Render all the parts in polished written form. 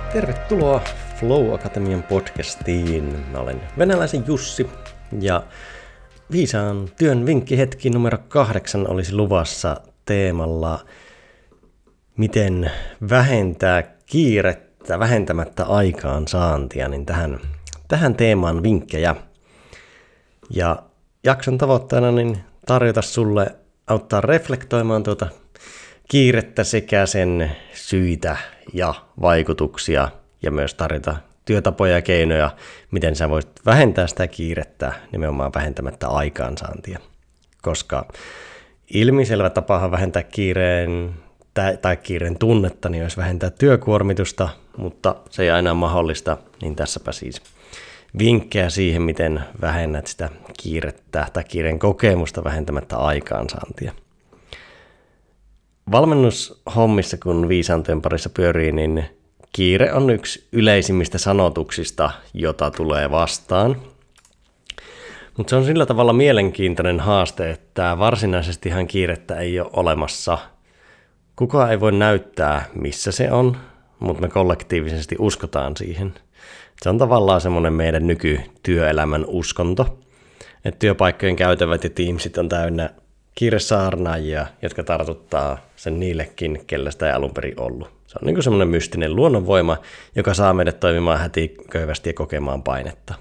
Tervetuloa Flow Akatemian podcastiin. Mä olen venäläisen Jussi ja viisaan työn vinkkihetki numero 8 olisi luvassa teemalla miten vähentää kiirettä vähentämättä aikaansaantia, niin tähän teemaan vinkkejä. Ja jakson tavoitteena niin tarjota sulle auttaa reflektoimaan tuota kiirettä sekä sen syitä ja vaikutuksia ja myös tarjota työtapoja ja keinoja, miten sä voisit vähentää sitä kiirettä nimenomaan vähentämättä aikaansaantia. Koska ilmiselvä tapahan vähentää kiireen tunnetta, niin olisi vähentää työkuormitusta, mutta se ei aina ole mahdollista, niin tässäpä siis vinkkejä siihen, miten vähennät sitä kiirettä tai kiireen kokemusta vähentämättä aikaansaantia. Valmennushommissa, kun viisaantojen parissa pyörii, niin kiire on yksi yleisimmistä sanotuksista, jota tulee vastaan. Mutta se on sillä tavalla mielenkiintoinen haaste, että varsinaisestihan kiirettä ei ole olemassa. Kukaan ei voi näyttää, missä se on, mutta me kollektiivisesti uskotaan siihen. Se on tavallaan semmoinen meidän nykytyöelämän uskonto, että työpaikkojen käytävät ja Teamsit on täynnä kiiresaarnaajia, jotka tartuttaa sen niillekin, kellä sitä ei alun perin ollut. Se on niin kuin semmoinen mystinen luonnonvoima, joka saa meidät toimimaan hätiköivästi ja kokemaan painetta.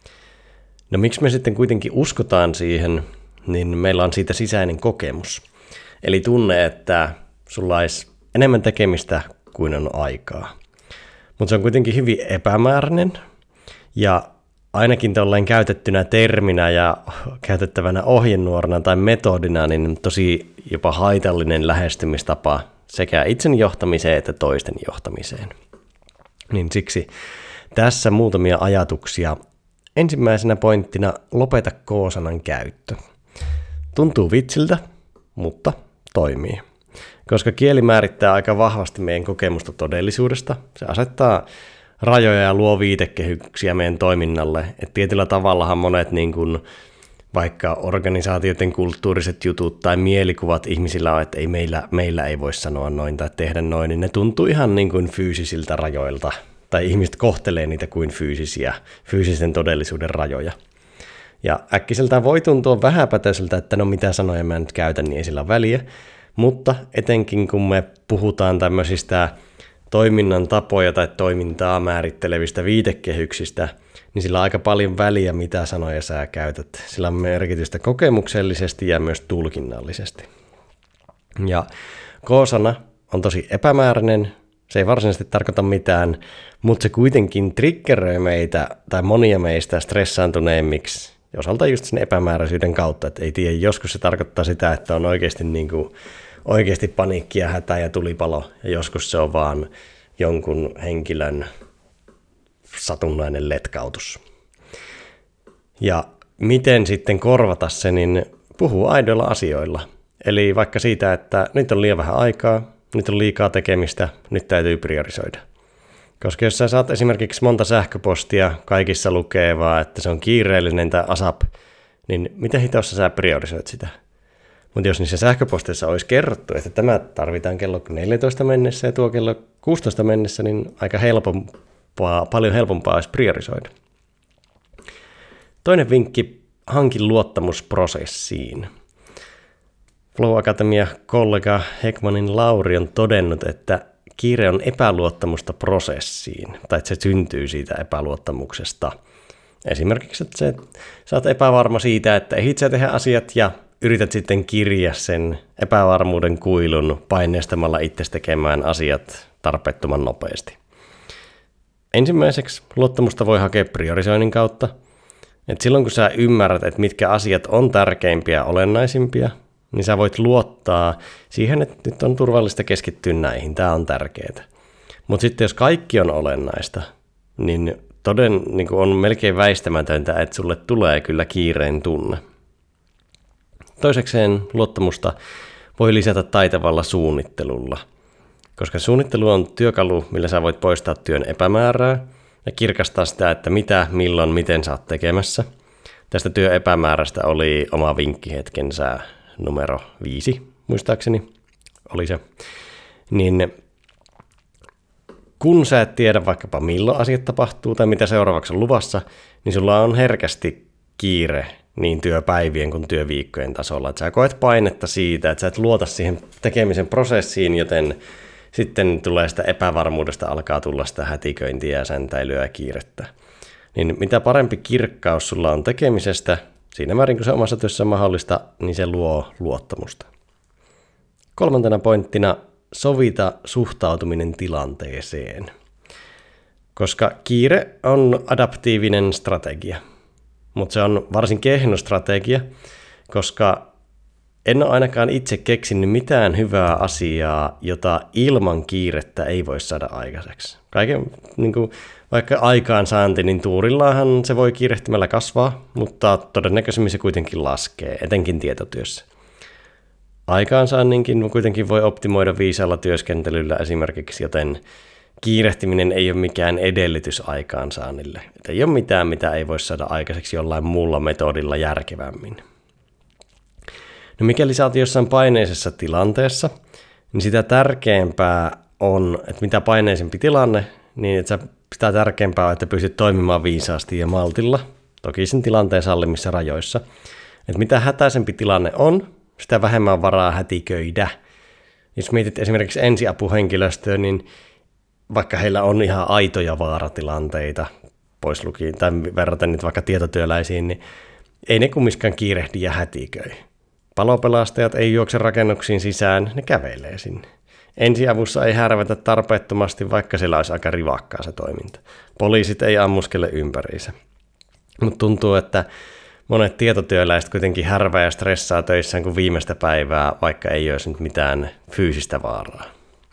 No miksi me sitten kuitenkin uskotaan siihen, niin meillä on siitä sisäinen kokemus. Eli tunne, että sulla olisi enemmän tekemistä kuin on aikaa. Mutta se on kuitenkin hyvin epämääräinen ja ainakin tuollain käytettynä terminä ja käytettävänä ohjenuorana tai metodina, niin tosi jopa haitallinen lähestymistapa sekä itsen johtamiseen että toisten johtamiseen. Niin siksi tässä muutamia ajatuksia. Ensimmäisenä pointtina lopeta K-sanan käyttö. Tuntuu vitsiltä, mutta toimii. Koska kieli määrittää aika vahvasti meidän kokemusta todellisuudesta. Se asettaa rajoja ja luo viitekehyksiä meidän toiminnalle. Et tietyllä tavallahan monet niin kuin vaikka organisaatioiden kulttuuriset jutut tai mielikuvat ihmisillä on, että ei meillä ei voi sanoa noin tai tehdä noin, niin ne tuntuu ihan niin kuin fyysisiltä rajoilta. Tai ihmiset kohtelee niitä kuin fyysisen todellisuuden rajoja. Ja äkkiseltään voi tuntua vähäpätöiseltä, että no mitä sanoja mä nyt käytän, niin ei sillä ole väliä. Mutta etenkin kun me puhutaan tämmöisistä toiminnan tapoja tai toimintaa määrittelevistä viitekehyksistä, niin sillä on aika paljon väliä, mitä sanoja sä käytät. Sillä on merkitystä kokemuksellisesti ja myös tulkinnallisesti. Ja K-sana on tosi epämääräinen, se ei varsinaisesti tarkoita mitään, mutta se kuitenkin triggeröi meitä tai monia meistä stressaantuneimmiksi osalta just sen epämääräisyyden kautta, että ei tiedä, joskus se tarkoittaa sitä, että on oikeasti paniikki ja hätä ja tulipalo, ja joskus se on vaan jonkun henkilön satunnainen letkautus. Ja miten sitten korvata se, niin puhuu aidoilla asioilla. Eli vaikka siitä, että nyt on liian vähän aikaa, nyt on liikaa tekemistä, nyt täytyy priorisoida. Koska jos sä saat esimerkiksi monta sähköpostia, kaikissa lukee vaan, että se on kiireellinen tai ASAP, niin miten hitossa sä priorisoit sitä? Mutta jos niissä sähköposteissa olisi kerrottu, että tämä tarvitaan kello 14 mennessä ja tuo kello 16 mennessä, niin aika paljon helpompaa olisi priorisoida. Toinen vinkki, hanki luottamus prosessiin. Flow Akatemia kollega Heckmanin Lauri on todennut, että kiire on epäluottamusta prosessiin, tai että se syntyy siitä epäluottamuksesta. Esimerkiksi, että sä oot epävarma siitä, että ehdit sä tehdä asiat ja yrität sitten kirjaa sen epävarmuuden kuilun paineistamalla itse tekemään asiat tarpeettoman nopeasti. Ensimmäiseksi luottamusta voi hakea priorisoinnin kautta. Et silloin kun sä ymmärrät, että mitkä asiat on tärkeimpiä ja olennaisimpia, niin sä voit luottaa siihen, että nyt on turvallista keskittyä näihin, tämä on tärkeää. Mutta sitten jos kaikki on olennaista, niin on melkein väistämätöntä, että sulle tulee kyllä kiireen tunne. Toisekseen luottamusta voi lisätä taitavalla suunnittelulla, koska suunnittelu on työkalu, millä sä voit poistaa työn epämäärää ja kirkastaa sitä, että mitä, milloin, miten sä oot tekemässä. Tästä työn epämäärästä oli oma vinkkihetkensä numero 5, muistaakseni oli se. Niin kun sä et tiedä vaikkapa milloin asiat tapahtuu tai mitä seuraavaksi on luvassa, niin sulla on herkästi kiire niin työpäivien kuin työviikkojen tasolla. Että sä koet painetta siitä, että sä et luota siihen tekemisen prosessiin, joten sitten tulee sitä epävarmuudesta, alkaa tulla sitä hätiköintiä ja säntäilyä ja kiirettä. Niin mitä parempi kirkkaus sulla on tekemisestä, siinä määrin kun se omassa työssä on mahdollista, niin se luo luottamusta. 3. pointtina sovita suhtautuminen tilanteeseen. Koska kiire on adaptiivinen strategia, mutta se on varsin kehno strategia, koska en ole ainakaan itse keksinyt mitään hyvää asiaa, jota ilman kiirettä ei voi saada aikaiseksi. Kaiken, niin kuin, vaikka aikaansaanti, niin tuurillahan se voi kiirehtimällä kasvaa, mutta todennäköisemmin se kuitenkin laskee, etenkin tietotyössä. Aikaansaanninkin kuitenkin voi optimoida viisaalla työskentelyllä esimerkiksi, joten kiirehtiminen ei ole mikään edellytys aikaansaannille. Että ei ole mitään, mitä ei voi saada aikaiseksi jollain muulla metodilla järkevämmin. No mikäli sä oot jossain paineisessa tilanteessa, niin sitä tärkeämpää on, että mitä paineisempi tilanne, niin että sitä tärkeämpää on, että pystyt toimimaan viisaasti ja maltilla, toki sen tilanteen sallimissa rajoissa. Että mitä hätäisempi tilanne on, sitä vähemmän varaa hätiköidä. Jos mietit esimerkiksi ensiapuhenkilöstöä, niin vaikka heillä on ihan aitoja vaaratilanteita, pois lukien, tai verraten nyt vaikka tietotyöläisiin, niin ei ne kumminkaan kiirehdi ja hätiköi. Palopelastajat ei juokse rakennuksiin sisään, ne kävelee sinne. Ensiavussa ei härvätä tarpeettomasti, vaikka siellä olisi aika rivakkaa se toiminta. Poliisit ei ammuskele ympäriinsä. Mutta tuntuu, että monet tietotyöläiset kuitenkin härvää ja stressaa töissään kuin viimeistä päivää, vaikka ei olisi nyt mitään fyysistä vaaraa.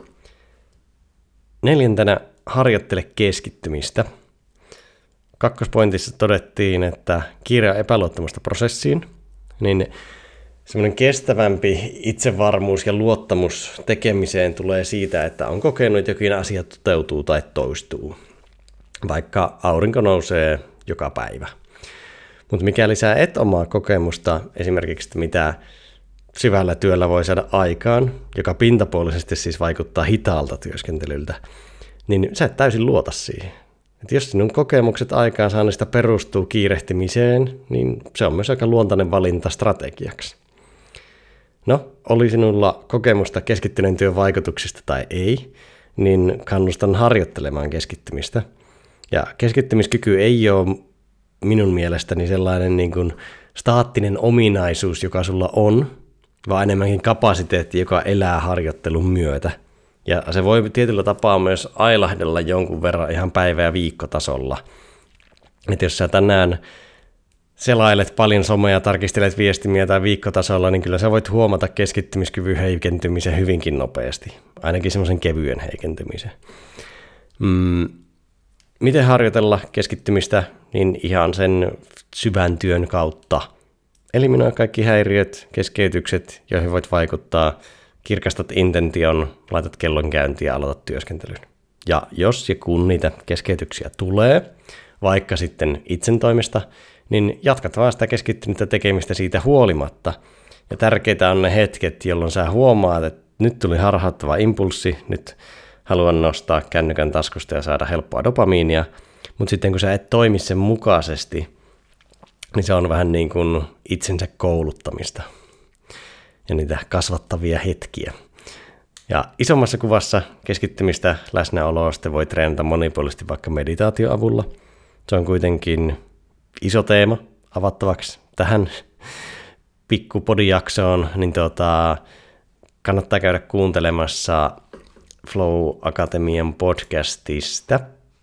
4. harjoittele keskittymistä. 2. pointissa todettiin, että kiire on epäluottamusta prosessiin, niin semmoinen kestävämpi itsevarmuus ja luottamus tekemiseen tulee siitä, että on kokenut, että jokin asia toteutuu tai toistuu, vaikka aurinko nousee joka päivä. Mutta mikäli sä et omaa kokemusta esimerkiksi, mitä syvällä työllä voi saada aikaan, joka pintapuolisesti siis vaikuttaa hitaalta työskentelyltä, niin sä et täysin luota siihen. Et jos sinun kokemukset aikaansaannista perustuu kiirehtimiseen, niin se on myös aika luontainen valinta strategiaksi. No, oli sinulla kokemusta keskittyneen työn vaikutuksista tai ei, niin kannustan harjoittelemaan keskittymistä. Ja keskittymiskyky ei ole minun mielestäni sellainen niin kuin staattinen ominaisuus, joka sulla on, vaan enemmänkin kapasiteetti, joka elää harjoittelun myötä. Ja se voi tietyllä tapaa myös ailahdella jonkun verran ihan päivä- ja viikkotasolla. Että jos sä tänään selailet paljon somea, tarkistelet viestimiä tai viikkotasolla, niin kyllä sä voit huomata keskittymiskyvyn heikentymisen hyvinkin nopeasti. Ainakin semmoisen kevyen heikentymisen. Miten harjoitella keskittymistä? Niin ihan sen syvän työn kautta. Eliminoi kaikki häiriöt, keskeytykset, joihin voit vaikuttaa. Kirkastat intention, laitat kellon käyntiin ja aloitat työskentelyn. Ja jos ja kun niitä keskeytyksiä tulee, vaikka sitten itsen toimesta, niin jatkat vaan sitä keskittynyttä tekemistä siitä huolimatta. Ja tärkeitä on ne hetket, jolloin sä huomaat, että nyt tuli harhauttava impulssi, nyt haluan nostaa kännykän taskusta ja saada helppoa dopamiinia, mutta sitten kun sä et toimi sen mukaisesti, niin se on vähän niin kuin itsensä kouluttamista ja niitä kasvattavia hetkiä. Ja isommassa kuvassa keskittymistä läsnäoloa sitten voi treenata monipuolisesti vaikka meditaatioavulla. Se on kuitenkin iso teema avattavaksi tähän pikkupodijaksoon, niin kannattaa käydä kuuntelemassa Flow Akatemian podcastista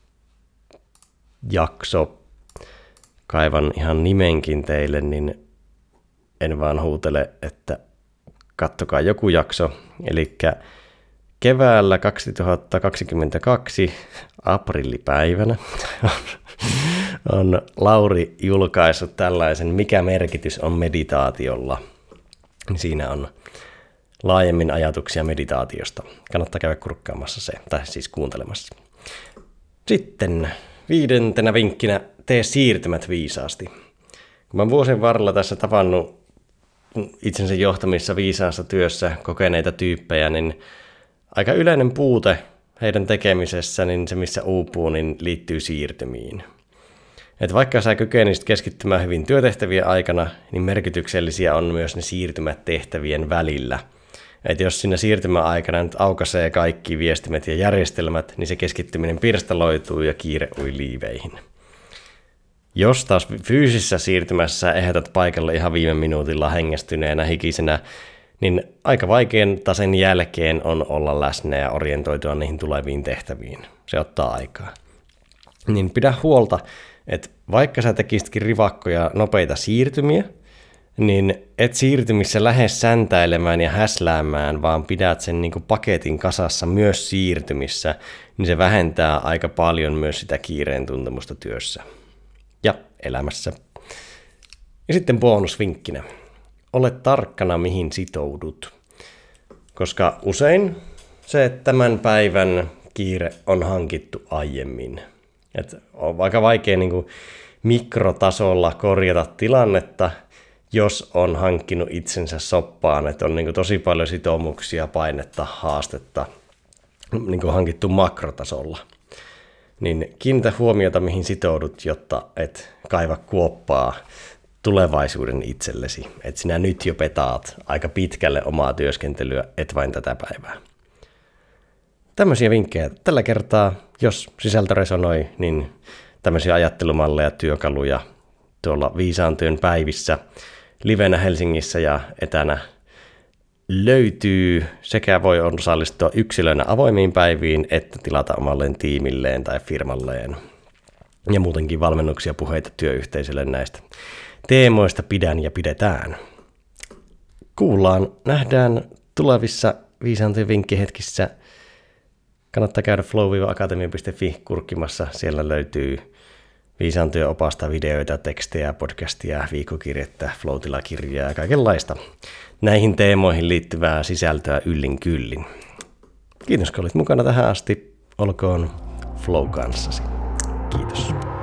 jakso. Kaivan ihan nimenkin teille, niin en vaan huutele, että kattokaa joku jakso. Eli keväällä 2022 aprillipäivänä on Lauri julkaissut tällaisen Mikä merkitys on meditaatiolla. Siinä on laajemmin ajatuksia meditaatiosta. Kannattaa käydä kurkkaamassa se, tai siis kuuntelemassa. Sitten 5. vinkkinä, tee siirtymät viisaasti. Kun mä vuosien varrella tässä tavannut itsensä johtamissa viisaassa työssä kokeneita tyyppejä, niin aika yleinen puute heidän tekemisessä, niin se missä uupuu, niin liittyy siirtymiin. Et vaikka sä kykenisit keskittymään hyvin työtehtävien aikana, niin merkityksellisiä on myös ne siirtymät tehtävien välillä. Et jos siinä siirtymäaikana nyt aukaisee kaikki viestimet ja järjestelmät, niin se keskittyminen pirstaloituu ja kiire ui liiveihin. Jos taas fyysisessä siirtymässä ehdotat paikalle ihan viime minuutilla hengästyneenä, hikisenä, niin aika vaikean sen jälkeen on olla läsnä ja orientoitua niihin tuleviin tehtäviin. Se ottaa aikaa. Niin pidä huolta, että vaikka sä tekisitkin rivakkoja nopeita siirtymiä, niin et siirtymissä lähde säntäilemään ja häsläämään, vaan pidät sen niin kuin paketin kasassa myös siirtymissä, niin se vähentää aika paljon myös sitä kiireen tuntemusta työssä ja elämässä. Ja sitten bonusvinkkinä. Ole tarkkana, mihin sitoudut, koska usein se tämän päivän kiire on hankittu aiemmin. Et on aika vaikea niin kuin mikrotasolla korjata tilannetta, jos on hankkinut itsensä soppaan, että on niin kuin tosi paljon sitoumuksia, painetta, haastetta niin kuin hankittu makrotasolla. Niin kiinnitä huomiota, mihin sitoudut, jotta et kaiva kuoppaa tulevaisuuden itsellesi. Että sinä nyt jo petaat aika pitkälle omaa työskentelyä, et vain tätä päivää. Tämmöisiä vinkkejä tällä kertaa, jos sisältö resonoi, niin tämmöisiä ajattelumalleja, työkaluja tuolla Viisaan työn päivissä livenä Helsingissä ja etänä löytyy. Sekä voi osallistua yksilönä avoimiin päiviin, että tilata omalleen tiimilleen tai firmalleen. Ja muutenkin valmennuksia, puheita työyhteisölle näistä teemoista pidän ja pidetään. Kuullaan, nähdään tulevissa Viisaan työn vinkkihetkissä. Kannattaa käydä flow-akatemia.fi kurkkimassa. Siellä löytyy Viisaan työn opasta, videoita, tekstejä, podcastia, viikkokirjettä, Flow-tilakirjaa ja kaikenlaista. Näihin teemoihin liittyvää sisältöä yllin kyllin. Kiitos, kun olit mukana tähän asti. Olkoon Flow kanssasi. Kiitos.